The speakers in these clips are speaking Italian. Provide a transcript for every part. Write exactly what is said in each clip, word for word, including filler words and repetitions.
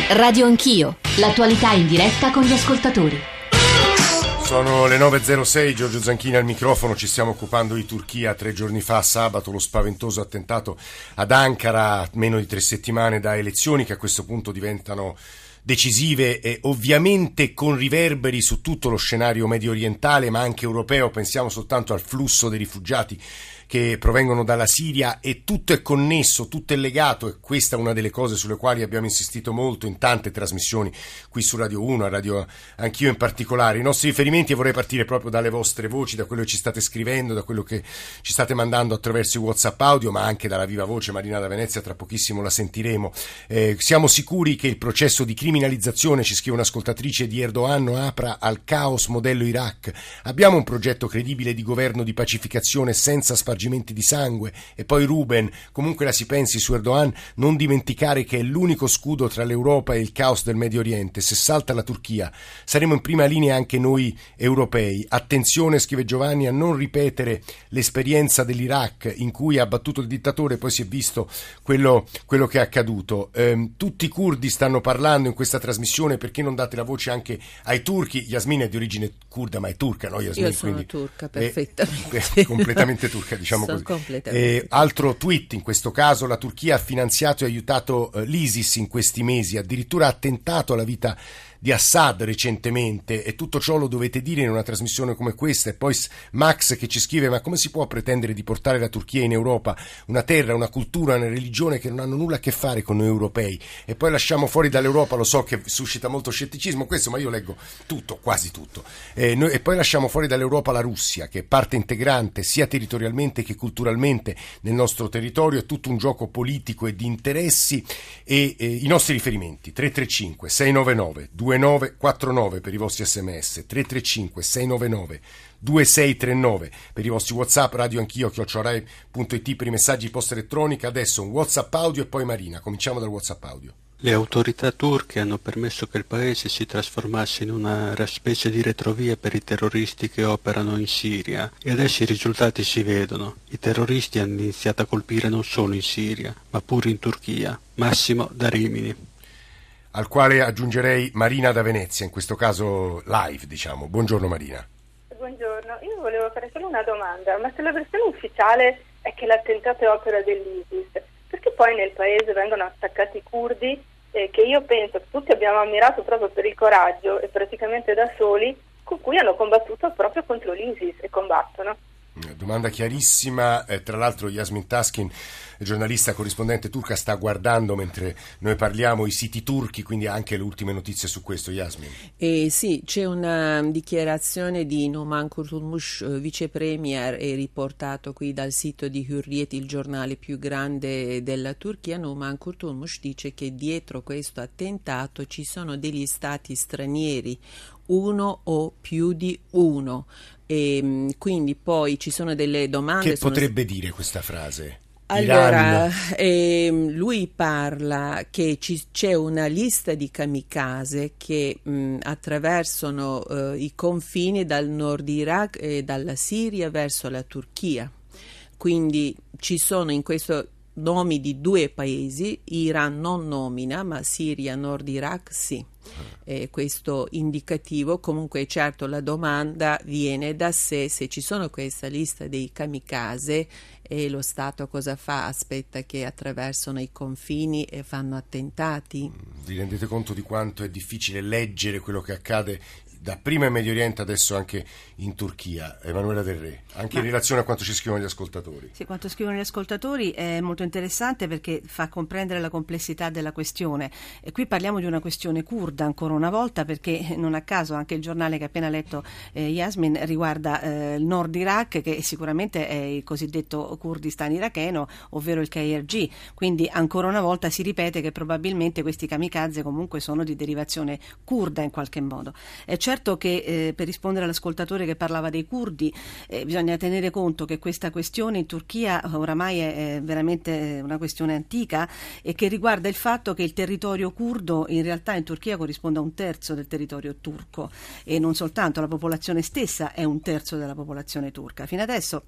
Radio Anch'io, l'attualità in diretta con gli ascoltatori. Sono le nove e zero sei, Giorgio Zanchini al microfono. Ci stiamo occupando di Turchia. Tre giorni fa, sabato, lo spaventoso attentato ad Ankara, meno di tre settimane da elezioni che a questo punto diventano decisive e ovviamente con riverberi su tutto lo scenario medio orientale ma anche europeo. Pensiamo soltanto al flusso dei rifugiati che provengono dalla Siria, e tutto è connesso, tutto è legato, e questa è una delle cose sulle quali abbiamo insistito molto in tante trasmissioni qui su Radio uno, a Radio Anch'io in particolare. I nostri riferimenti, e vorrei partire proprio dalle vostre voci, da quello che ci state scrivendo, da quello che ci state mandando attraverso i WhatsApp audio, ma anche dalla viva voce. Marina da Venezia, tra pochissimo la sentiremo. Eh, siamo sicuri che il processo di criminalizzazione, ci scrive un'ascoltatrice, di Erdogan apra al caos modello Iraq? Abbiamo un progetto credibile di governo di pacificazione senza spargimenti di sangue? E poi Ruben, comunque la si pensi su Erdogan, non dimenticare che è l'unico scudo tra l'Europa e il caos del Medio Oriente. Se salta la Turchia saremo in prima linea anche noi europei. Attenzione, scrive Giovanni, a non ripetere l'esperienza dell'Iraq in cui ha battuto il dittatore e poi si è visto quello, quello che è accaduto. Ehm, tutti i curdi stanno parlando in questa trasmissione, perché non date la voce anche ai turchi? Yasmin è di origine curda ma è turca, no Yasmin? Io sono Quindi turca, perfettamente. È completamente turca, diciamo. Eh, altro tweet, in questo caso la Turchia ha finanziato e aiutato eh, l'ISIS in questi mesi, addirittura ha attentato alla vita di Assad recentemente, e tutto ciò lo dovete dire in una trasmissione come questa. E poi Max che ci scrive: ma come si può pretendere di portare la Turchia in Europa, una terra, una cultura, una religione che non hanno nulla a che fare con noi europei, e poi lasciamo fuori dall'Europa? Lo so che suscita molto scetticismo questo, ma io leggo tutto, quasi tutto, e, noi, e poi lasciamo fuori dall'Europa la Russia, che è parte integrante sia territorialmente che culturalmente nel nostro territorio. È tutto un gioco politico e di interessi. E, e i nostri riferimenti: tre tre cinque sei nove nove due nove quattro nove per i vostri sms, tre tre cinque sei nove nove due sei tre nove per i vostri WhatsApp, Radio Anch'io chiocciola rai punto it per i messaggi posta elettronica. Adesso un WhatsApp audio e poi Marina. Cominciamo dal WhatsApp audio. Le autorità turche hanno permesso che il paese si trasformasse in una specie di retrovia per i terroristi che operano in Siria, e adesso i risultati si vedono. I terroristi hanno iniziato a colpire non solo in Siria, ma pure in Turchia, massimo da Rimini. Al quale aggiungerei Marina da Venezia, in questo caso live, diciamo. Buongiorno Marina. Buongiorno, io volevo fare solo una domanda: ma se la versione ufficiale è che l'attentato è opera dell'ISIS, perché poi nel paese vengono attaccati i curdi, eh, che io penso che tutti abbiamo ammirato proprio per il coraggio, e praticamente da soli, con cui hanno combattuto proprio contro l'ISIS e combattono? Domanda chiarissima. Eh, tra l'altro Yasmin Taskin, giornalista corrispondente turca, sta guardando mentre noi parliamo i siti turchi, quindi anche le ultime notizie su questo. Yasmin. Eh, sì, c'è una dichiarazione di Numan Kurtulmush, vice premier, è riportato qui dal sito di Hürriyet, il giornale più grande della Turchia. Numan Kurtulmush dice che dietro questo attentato ci sono degli stati stranieri, uno o più di uno. E quindi poi ci sono delle domande. Che sono... potrebbe dire questa frase? Allora, eh, lui parla che ci, c'è una lista di kamikaze che mh, attraversano eh, i confini dal nord Iraq e dalla Siria verso la Turchia. Quindi ci sono in questo nomi di due paesi, Iran non nomina, ma Siria, Nord Iraq sì. Eh, questo indicativo. Comunque certo la domanda viene da sé: se ci sono questa lista dei kamikaze, e lo Stato cosa fa? Aspetta che attraversano i confini e fanno attentati? Vi rendete conto di quanto è difficile leggere quello che accade da prima in Medio Oriente, adesso anche in Turchia? Emanuela Del Re, anche Ma... in relazione a quanto ci scrivono gli ascoltatori. Sì, quanto scrivono gli ascoltatori è molto interessante, perché fa comprendere la complessità della questione. E qui parliamo di una questione curda ancora una volta, perché non a caso anche il giornale che ha appena letto eh, Yasmin riguarda eh, il nord Iraq, che sicuramente è il cosiddetto Kurdistan iracheno, ovvero il K R G. Quindi ancora una volta si ripete che probabilmente questi kamikaze comunque sono di derivazione curda in qualche modo. È certo che eh, per rispondere all'ascoltatore che parlava dei curdi, eh, bisogna tenere conto che questa questione in Turchia oramai è, è veramente una questione antica, e che riguarda il fatto che il territorio curdo in realtà in Turchia corrisponde a un terzo del territorio turco, e non soltanto, la popolazione stessa è un terzo della popolazione turca. Fino adesso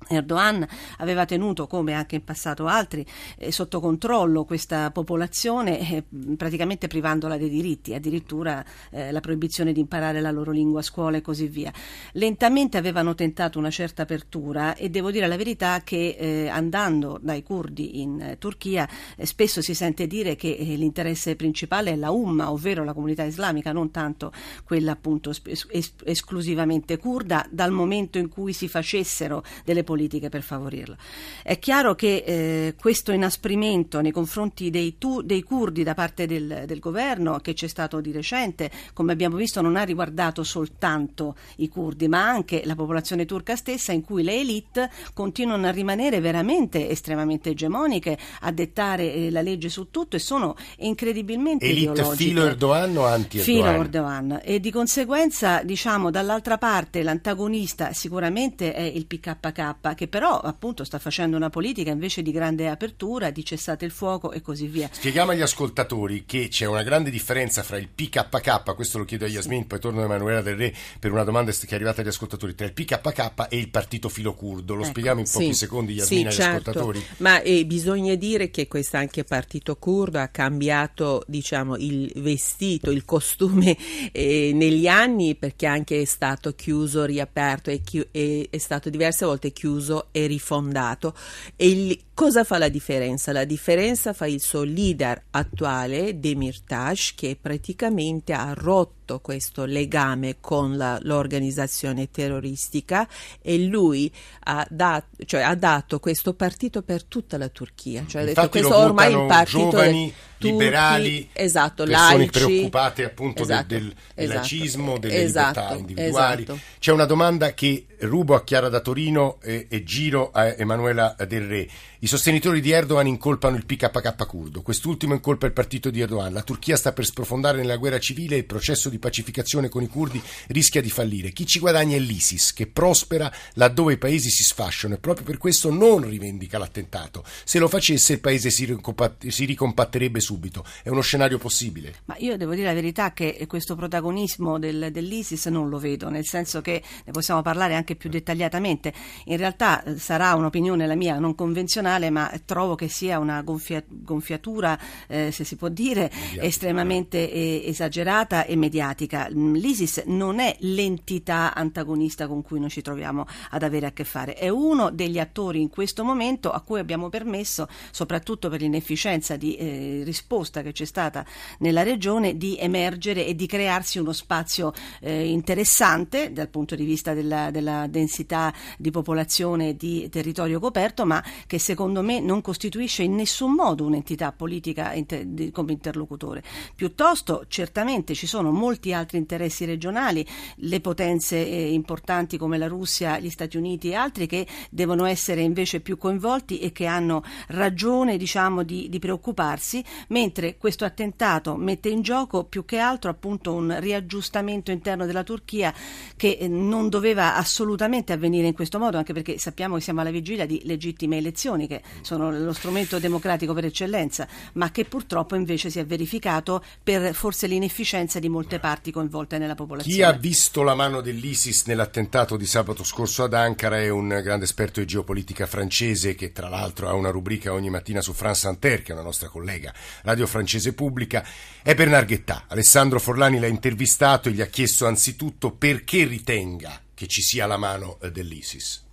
Erdogan aveva tenuto, come anche in passato altri, eh, sotto controllo questa popolazione, eh, praticamente privandola dei diritti, addirittura eh, la proibizione di imparare la loro lingua a scuola e così via. Lentamente avevano tentato una certa apertura e devo dire la verità che eh, andando dai curdi in eh, Turchia eh, spesso si sente dire che eh, l'interesse principale è la Umma, ovvero la comunità islamica, non tanto quella appunto es- es- esclusivamente curda, dal momento in cui si facessero delle politiche per favorirlo. È chiaro che eh, questo inasprimento nei confronti dei, tu, dei curdi da parte del, del governo che c'è stato di recente, come abbiamo visto, non ha riguardato soltanto i curdi, ma anche la popolazione turca stessa, in cui le elite continuano a rimanere veramente estremamente egemoniche, a dettare eh, la legge su tutto e sono incredibilmente elite ideologiche. Filo Erdogan o anti-Erdogan? Filo Erdogan. E di conseguenza, diciamo, dall'altra parte l'antagonista sicuramente è il P K K, che però appunto sta facendo una politica invece di grande apertura, di cessate il fuoco e così via. Spieghiamo agli ascoltatori che c'è una grande differenza fra il P K K, questo lo chiedo a Yasmin, poi torno a Emanuela Del Re per una domanda che è arrivata agli ascoltatori, tra il P K K e il partito filocurdo. Lo ecco, spieghiamo in pochi sì, secondi, Yasmin, sì, agli certo. ascoltatori? Ma eh, bisogna dire che questo anche partito curdo ha cambiato, diciamo, il vestito, il costume eh, negli anni, perché anche è stato chiuso, riaperto e chi- è, è stato diverse volte chiuso e rifondato. E il, cosa fa la differenza? La differenza fa il suo leader attuale, Demirtas, che praticamente ha rotto questo legame con la, l'organizzazione terroristica, e lui ha, dat, cioè, ha dato questo partito per tutta la Turchia. Cioè, ha detto, questo ormai il partito giovani, tutti, liberali, esatto, persone laici, preoccupate appunto esatto, del, del, del esatto, laicismo, delle esatto, libertà individuali. Esatto. C'è una domanda che rubo a Chiara da Torino e, e giro a Emanuela Del Re. I sostenitori di Erdogan incolpano il P K K curdo, quest'ultimo incolpa il partito di Erdogan. La Turchia sta per sprofondare nella guerra civile e il processo di pacificazione con i curdi rischia di fallire. Chi ci guadagna è l'ISIS, che prospera laddove i paesi si sfasciano e proprio per questo non rivendica l'attentato. Se lo facesse il paese si, ricompat- si ricompatterebbe subito. È uno scenario possibile? Ma io devo dire la verità che questo protagonismo del, dell'ISIS non lo vedo, nel senso che ne possiamo parlare anche più dettagliatamente. In realtà sarà un'opinione la mia non convenzionale, ma trovo che sia una gonfia, gonfiatura, eh, se si può dire, mediatica, estremamente eh, esagerata e mediatica. L'ISIS non è l'entità antagonista con cui noi ci troviamo ad avere a che fare, è uno degli attori in questo momento a cui abbiamo permesso, soprattutto per l'inefficienza di eh, risposta che c'è stata nella regione, di emergere e di crearsi uno spazio eh, interessante dal punto di vista della, della densità di popolazione e di territorio coperto, ma che secondo me non costituisce in nessun modo un'entità politica inter- di, come interlocutore. Piuttosto certamente ci sono molti altri interessi regionali, le potenze eh, importanti come la Russia, gli Stati Uniti e altri, che devono essere invece più coinvolti e che hanno ragione, diciamo, di, di preoccuparsi, mentre questo attentato mette in gioco più che altro appunto un riaggiustamento interno della Turchia che eh, non doveva assolutamente avvenire in questo modo, anche perché sappiamo che siamo alla vigilia di legittime elezioni che sono lo strumento democratico per eccellenza, ma che purtroppo invece si è verificato per forse l'inefficienza di molte parti coinvolte nella popolazione. Chi ha visto la mano dell'ISIS nell'attentato di sabato scorso ad Ankara è un grande esperto di geopolitica francese che tra l'altro ha una rubrica ogni mattina su France Inter, che è una nostra collega radio francese pubblica, è Bernard Guetta. Alessandro Forlani l'ha intervistato e gli ha chiesto anzitutto perché ritenga che ci sia la mano dell'ISIS.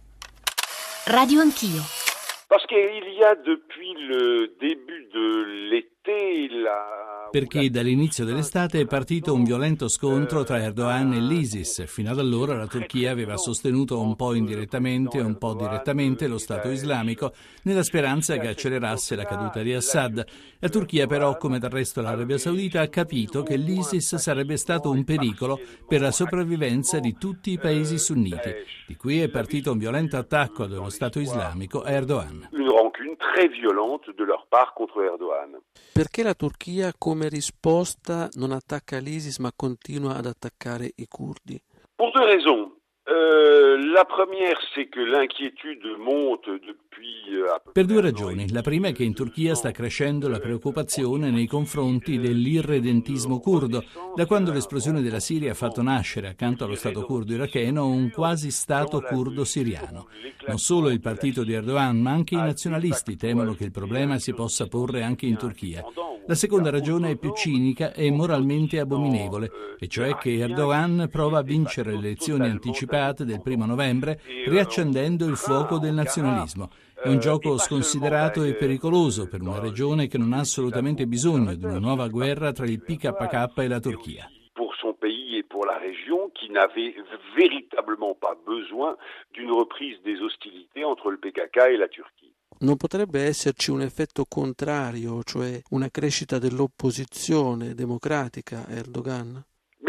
Radio Anch'io. Parce qu'il y a depuis le début de l'été la Perché dall'inizio dell'estate è partito un violento scontro tra Erdogan e l'ISIS. Fino ad allora la Turchia aveva sostenuto un po' indirettamente e un po' direttamente lo Stato islamico nella speranza che accelerasse la caduta di Assad. La Turchia però, come del resto l'Arabia Saudita, ha capito che l'ISIS sarebbe stato un pericolo per la sopravvivenza di tutti i paesi sunniti. Di qui è partito un violento attacco dello Stato islamico a Erdogan. Une rancune très violente de leur part contre Erdogan. Perché la Turchia come risposta non attacca l'ISIS ma continua ad attaccare i curdi? Pour deux raisons. La première, c'est que l'inquiétude monte depuis... Per due ragioni. La prima è che in Turchia sta crescendo la preoccupazione nei confronti dell'irredentismo curdo, da quando l'esplosione della Siria ha fatto nascere, accanto allo Stato curdo iracheno, un quasi Stato curdo siriano. Non solo il partito di Erdogan, ma anche i nazionalisti temono che il problema si possa porre anche in Turchia. La seconda ragione è più cinica e moralmente abominevole, e cioè che Erdogan prova a vincere le elezioni anticipate del primo novembre riaccendendo il fuoco del nazionalismo. È un gioco sconsiderato e pericoloso per una regione che non ha assolutamente bisogno di una nuova guerra tra il P K K e la Turchia. Pour son pays et pour la région qui n'avait véritablement pas besoin d'une reprise des hostilités entre le P K K et la Turchia. Non potrebbe esserci un effetto contrario, cioè una crescita dell'opposizione democratica a Erdogan?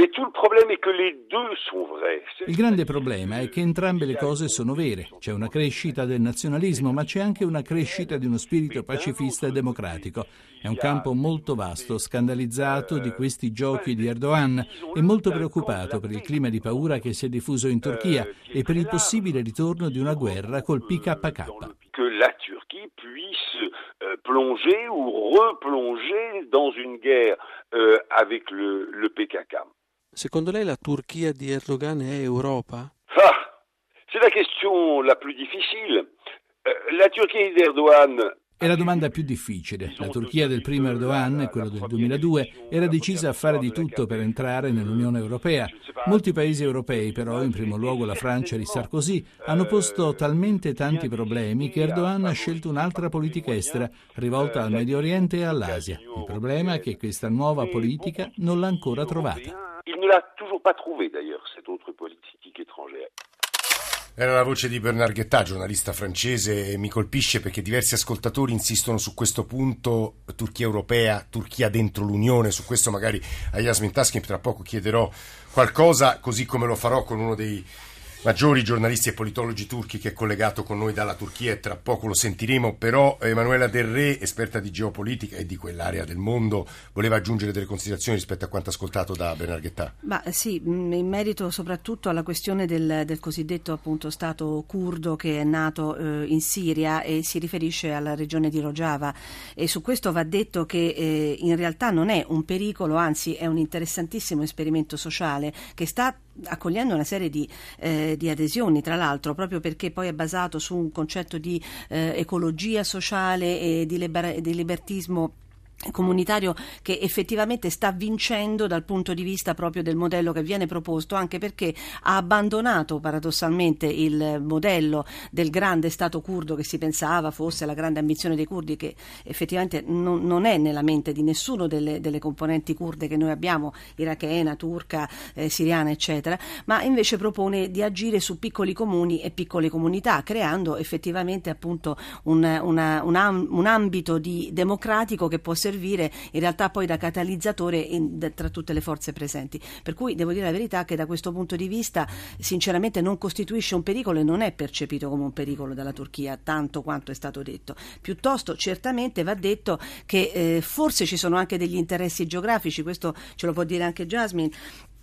Il grande problema è che entrambe le cose sono vere. C'è una crescita del nazionalismo, ma c'è anche una crescita di uno spirito pacifista e democratico. È un campo molto vasto, scandalizzato di questi giochi di Erdogan e molto preoccupato per il clima di paura che si è diffuso in Turchia e per il possibile ritorno di una guerra col P K K. Que la Turquie puisse euh, plonger ou replonger dans une guerre euh, avec le, le P K K. Secondo lei la Turchia di Erdogan è Europa? Ah, c'est la question la plus difficile. Euh, la Turchia di Erdogan... È la domanda più difficile. La Turchia del primo Erdogan, quello del duemiladue, era decisa a fare di tutto per entrare nell'Unione Europea. Molti paesi europei, però, in primo luogo la Francia di Sarkozy, hanno posto talmente tanti problemi che Erdogan ha scelto un'altra politica estera, rivolta al Medio Oriente e all'Asia. Il problema è che questa nuova politica non l'ha ancora trovata. Il ne l'a toujours pas trouvé, d'ailleurs, cette autre politique étrangère. Era la voce di Bernard Guetta, giornalista francese, e mi colpisce perché diversi ascoltatori insistono su questo punto, Turchia europea, Turchia dentro l'Unione. Su questo magari a Yasmin Taskin tra poco chiederò qualcosa, così come lo farò con uno dei maggiori giornalisti e politologi turchi che è collegato con noi dalla Turchia, e tra poco lo sentiremo. Però Emanuela Del Re, esperta di geopolitica e di quell'area del mondo, voleva aggiungere delle considerazioni rispetto a quanto ascoltato da Bernard Guetta. Ma sì, in merito soprattutto alla questione del, del cosiddetto appunto Stato curdo che è nato eh, in Siria e si riferisce alla regione di Rojava, e su questo va detto che eh, in realtà non è un pericolo, anzi è un interessantissimo esperimento sociale che sta accogliendo una serie di, eh, di adesioni, tra l'altro proprio perché poi è basato su un concetto di eh, ecologia sociale e di, liber- di libertismo comunitario che effettivamente sta vincendo dal punto di vista proprio del modello che viene proposto, anche perché ha abbandonato paradossalmente il modello del grande Stato curdo che si pensava fosse la grande ambizione dei curdi, che effettivamente non, non è nella mente di nessuno delle, delle componenti curde che noi abbiamo, irachena, turca, eh, siriana eccetera, ma invece propone di agire su piccoli comuni e piccole comunità, creando effettivamente appunto un, una, un, am, un ambito di democratico che può servire in realtà poi da catalizzatore in, da, tra tutte le forze presenti. Per cui devo dire la verità che da questo punto di vista sinceramente non costituisce un pericolo e non è percepito come un pericolo dalla Turchia tanto quanto è stato detto. Piuttosto certamente va detto che eh, forse ci sono anche degli interessi geografici, questo ce lo può dire anche Jasmine.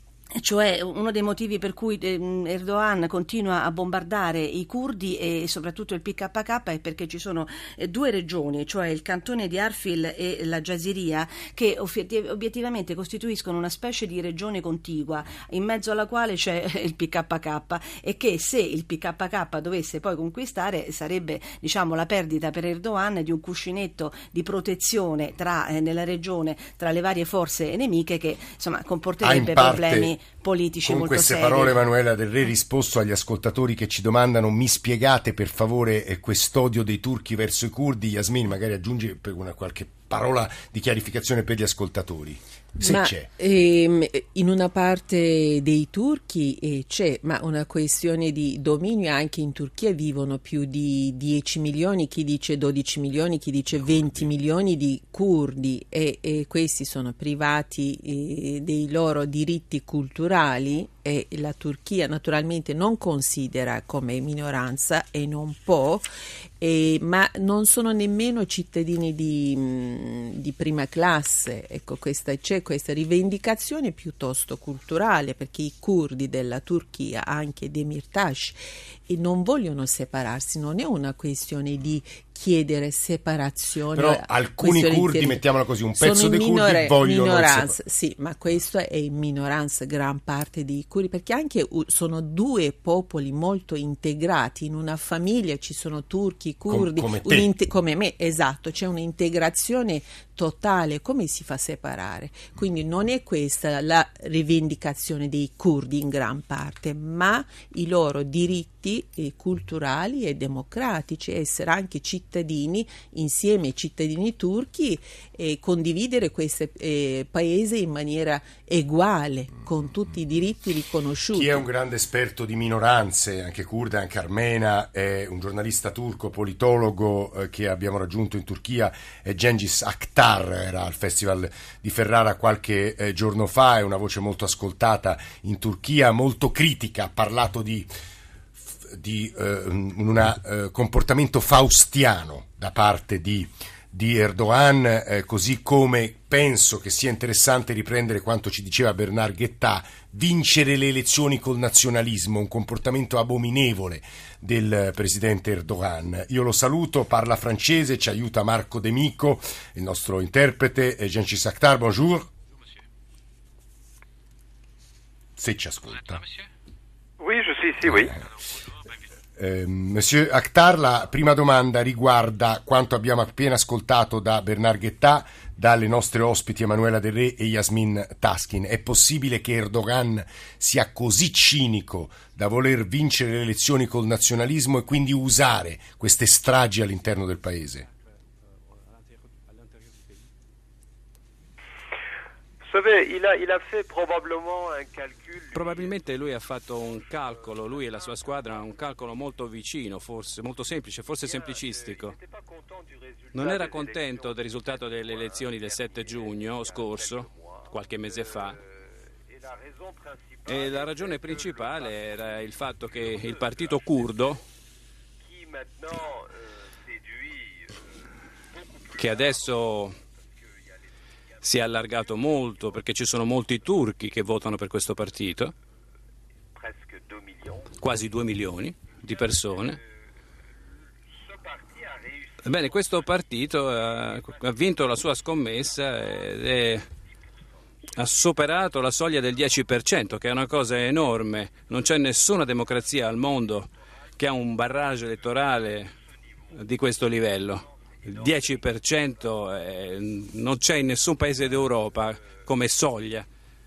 Cioè uno dei motivi per cui Erdogan continua a bombardare i curdi e soprattutto il P K K è perché ci sono due regioni, cioè il cantone di Arfil e la Jaziria, che obiettivamente costituiscono una specie di regione contigua in mezzo alla quale c'è il P K K, e che se il P K K dovesse poi conquistare sarebbe, diciamo, la perdita per Erdogan di un cuscinetto di protezione tra, eh, nella regione tra le varie forze nemiche, che insomma comporterebbe problemi politici con molto queste seri. Parole Emanuela Del Re risposto agli ascoltatori che ci domandano: mi spiegate per favore eh, quest'odio dei turchi verso i curdi? Yasmin, magari aggiungi per una qualche parola di chiarificazione per gli ascoltatori, se ma, c'è. Ehm, in una parte dei turchi eh, c'è, ma una questione di dominio. Anche in Turchia vivono più di dieci milioni, chi dice dodici milioni, chi dice venti milioni di curdi, e, e questi sono privati eh, dei loro diritti culturali e la Turchia naturalmente non considera come minoranza e non può, e, ma non sono nemmeno cittadini di, di prima classe. Ecco, questa, c'è questa rivendicazione piuttosto culturale, perché i curdi della Turchia, anche Demirtas, e non vogliono separarsi, non è una questione di chiedere separazione. Però alcuni curdi, mettiamola così, un pezzo sono dei minore, curdi vogliono minoranza, sì, ma questo è in minoranza gran parte dei curdi, perché anche sono due popoli molto integrati in una famiglia, ci sono turchi, curdi, come, come, inte- come me, esatto, c'è un'integrazione totale. Come si fa a separare? Quindi non è questa la rivendicazione dei curdi in gran parte, ma i loro diritti eh, culturali e democratici, essere anche cittadini insieme ai cittadini turchi e condividere questo eh, paese in maniera uguale, con tutti i diritti riconosciuti. Chi è un grande esperto di minoranze, anche kurda, anche armena, è un giornalista turco, politologo eh, che abbiamo raggiunto in Turchia, è Cengiz Aktar. Era al Festival di Ferrara qualche eh, giorno fa, è una voce molto ascoltata in Turchia, molto critica, ha parlato di, di eh, un eh, comportamento faustiano da parte di, di Erdogan, eh, così come penso che sia interessante riprendere quanto ci diceva Bernard Guetta: vincere le elezioni col nazionalismo, un comportamento abominevole del presidente Erdogan. Io lo saluto, parla francese, ci aiuta Marco De Mico, il nostro interprete. Cengiz Aktar, bonjour. Se ci ascolta. Oui, je suis ici, oui. Eh, Monsieur Aktar, la prima domanda riguarda quanto abbiamo appena ascoltato da Bernard Guetta, dalle nostre ospiti Emanuela Del Re e Yasmin Taskin. È possibile che Erdogan sia così cinico da voler vincere le elezioni col nazionalismo e quindi usare queste stragi all'interno del paese? Probabilmente lui ha fatto un calcolo, lui e la sua squadra, un calcolo molto vicino, forse molto semplice, forse semplicistico. Non era contento del risultato delle elezioni del sette giugno scorso, qualche mese fa, e la ragione principale era il fatto che il partito curdo, che adesso si è allargato molto perché ci sono molti turchi che votano per questo partito, quasi due milioni di persone. Bene, questo partito ha, ha vinto la sua scommessa ed è, ha superato la soglia del dieci per cento, che è una cosa enorme. Non c'è nessuna democrazia al mondo che ha un barrage elettorale di questo livello. Il dieci per cento eh, non c'è in nessun paese d'Europa come soglia.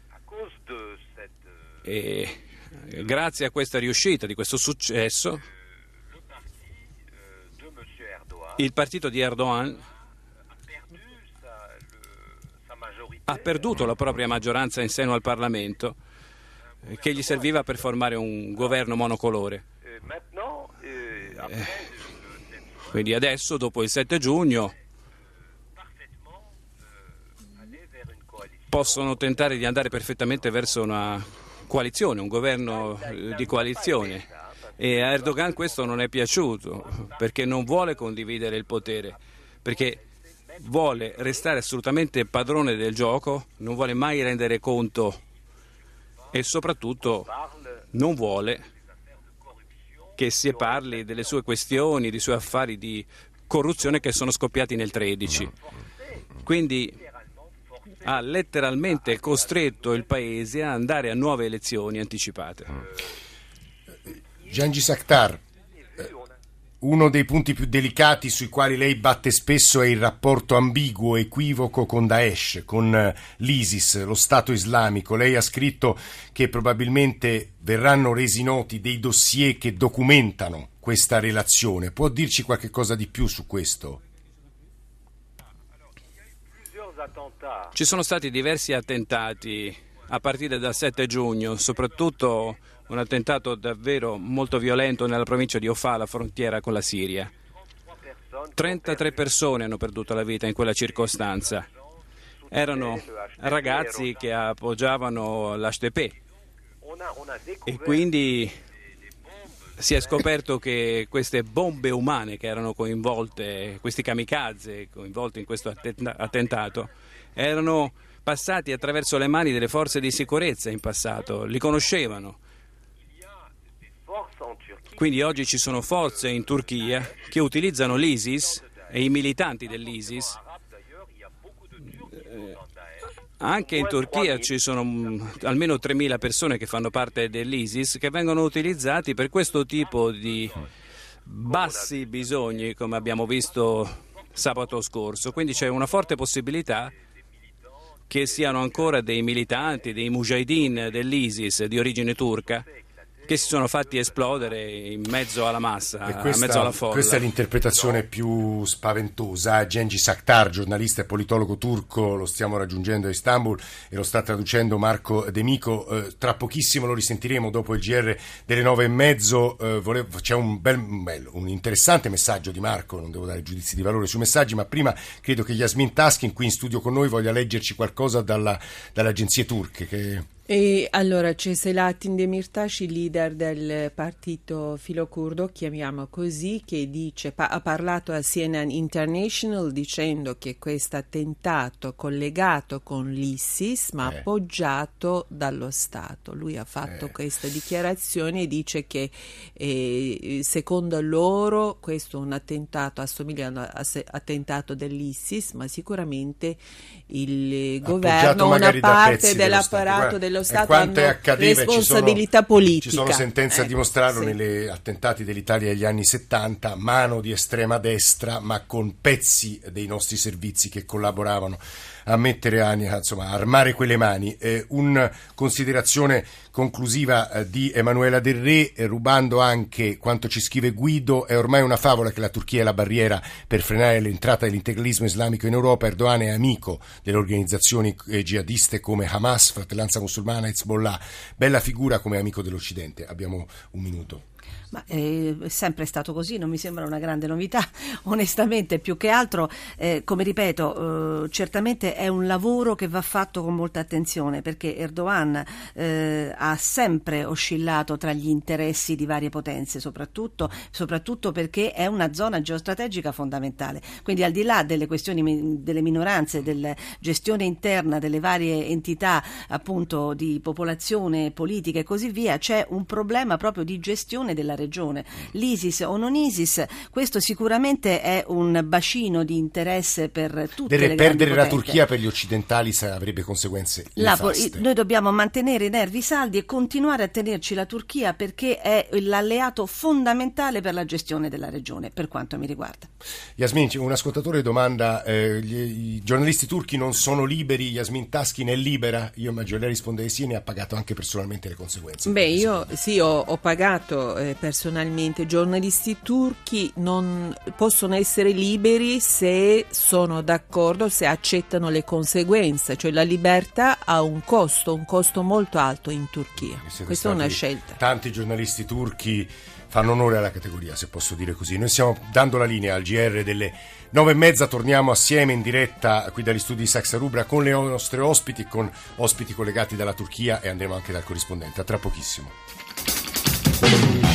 E grazie a questa riuscita, di questo successo, il partito di Erdogan ha perduto la propria maggioranza in seno al Parlamento, che gli serviva per formare un governo monocolore. Eh, Quindi adesso, dopo il sette giugno, possono tentare di andare perfettamente verso una coalizione, un governo di coalizione. E a Erdogan questo non è piaciuto, perché non vuole condividere il potere, perché vuole restare assolutamente padrone del gioco, non vuole mai rendere conto e soprattutto non vuole che si parli delle sue questioni, dei suoi affari di corruzione che sono scoppiati nel tredici. Quindi ha letteralmente costretto il paese a andare a nuove elezioni anticipate. Cengiz Aktar, uno dei punti più delicati sui quali lei batte spesso è il rapporto ambiguo, equivoco con Daesh, con l'ISIS, lo Stato islamico. Lei ha scritto che probabilmente verranno resi noti dei dossier che documentano questa relazione. Può dirci qualche cosa di più su questo? Ci sono stati diversi attentati a partire dal sette giugno, soprattutto un attentato davvero molto violento nella provincia di Ofà, alla frontiera con la Siria. trentatré persone hanno perduto la vita in quella circostanza. Erano ragazzi che appoggiavano l'H D P e quindi si è scoperto che queste bombe umane che erano coinvolte, questi kamikaze coinvolti in questo attentato, erano passati attraverso le mani delle forze di sicurezza in passato, li conoscevano. Quindi oggi ci sono forze in Turchia che utilizzano l'ISIS e i militanti dell'ISIS. Anche in Turchia ci sono almeno tremila persone che fanno parte dell'ISIS che vengono utilizzati per questo tipo di bassi bisogni, come abbiamo visto sabato scorso. Quindi c'è una forte possibilità che siano ancora dei militanti, dei mujahideen dell'ISIS di origine turca, che si sono fatti esplodere in mezzo alla massa, questa, in mezzo alla folla. Questa è l'interpretazione più spaventosa. Cengiz Aktar, giornalista e politologo turco, lo stiamo raggiungendo a Istanbul e lo sta traducendo Marco De Mico. Eh, tra pochissimo lo risentiremo dopo il G R delle nove e mezzo. Eh, volevo, c'è un, bel, un, bel, un interessante messaggio di Marco, non devo dare giudizi di valore sui messaggi, ma prima credo che Yasmin Taskin qui in studio con noi voglia leggerci qualcosa dalla, dalle agenzie turche che... E allora c'è Selahattin Demirtas, il leader del partito filocurdo, chiamiamo così, che dice, pa- ha parlato a C N N International dicendo che questo attentato collegato con l'ISIS ma eh. appoggiato dallo Stato. Lui ha fatto eh. questa dichiarazione e dice che eh, secondo loro questo è un attentato, assomiglia a un attentato dell'ISIS, ma sicuramente il governo, una parte dell'apparato dello Stato hanno accadeva, responsabilità ci sono, politica. Ci sono sentenze ecco, a dimostrarlo sì. Negli attentati dell'Italia degli anni settanta, mano di estrema destra, ma con pezzi dei nostri servizi che collaboravano a mettere a, insomma, a armare quelle mani. Eh, una considerazione conclusiva eh, di Emanuela Del Re, eh, rubando anche quanto ci scrive Guido: è ormai una favola che la Turchia è la barriera per frenare l'entrata dell'integralismo islamico in Europa. Erdogan è amico delle organizzazioni eh, jihadiste come Hamas, Fratellanza Musulmana, Hezbollah. Bella figura come amico dell'Occidente. Abbiamo un minuto. Ma è sempre stato così, non mi sembra una grande novità, onestamente. Più che altro, eh, come ripeto, eh, certamente è un lavoro che va fatto con molta attenzione, perché Erdogan eh, ha sempre oscillato tra gli interessi di varie potenze, soprattutto, soprattutto perché è una zona geostrategica fondamentale. Quindi al di là delle questioni delle minoranze, della gestione interna delle varie entità appunto di popolazione, politica e così via, c'è un problema proprio di gestione della regione. L'ISIS o non ISIS, questo sicuramente è un bacino di interesse per tutte Deve le perdere grandi la Turchia per gli occidentali avrebbe conseguenze la, nefaste. Noi dobbiamo mantenere i nervi saldi e continuare a tenerci la Turchia, perché è l'alleato fondamentale per la gestione della regione, per quanto mi riguarda. Yasmin, un ascoltatore domanda, eh, gli, i giornalisti turchi non sono liberi, Yasmin Taskin è libera? Io immagino lei risponde sì, ne ha pagato anche personalmente le conseguenze. Beh, io sì, ho, ho pagato eh, personalmente. Giornalisti turchi non possono essere liberi se sono d'accordo, se accettano le conseguenze, cioè la libertà ha un costo, un costo molto alto in Turchia. Questa è una scelta. Tanti giornalisti turchi fanno onore alla categoria, se posso dire così. Noi stiamo dando la linea al G R delle nove e mezza, torniamo assieme in diretta qui dagli studi di Saxa Rubra con le nostre ospiti, con ospiti collegati dalla Turchia, e andremo anche dal corrispondente. A tra pochissimo.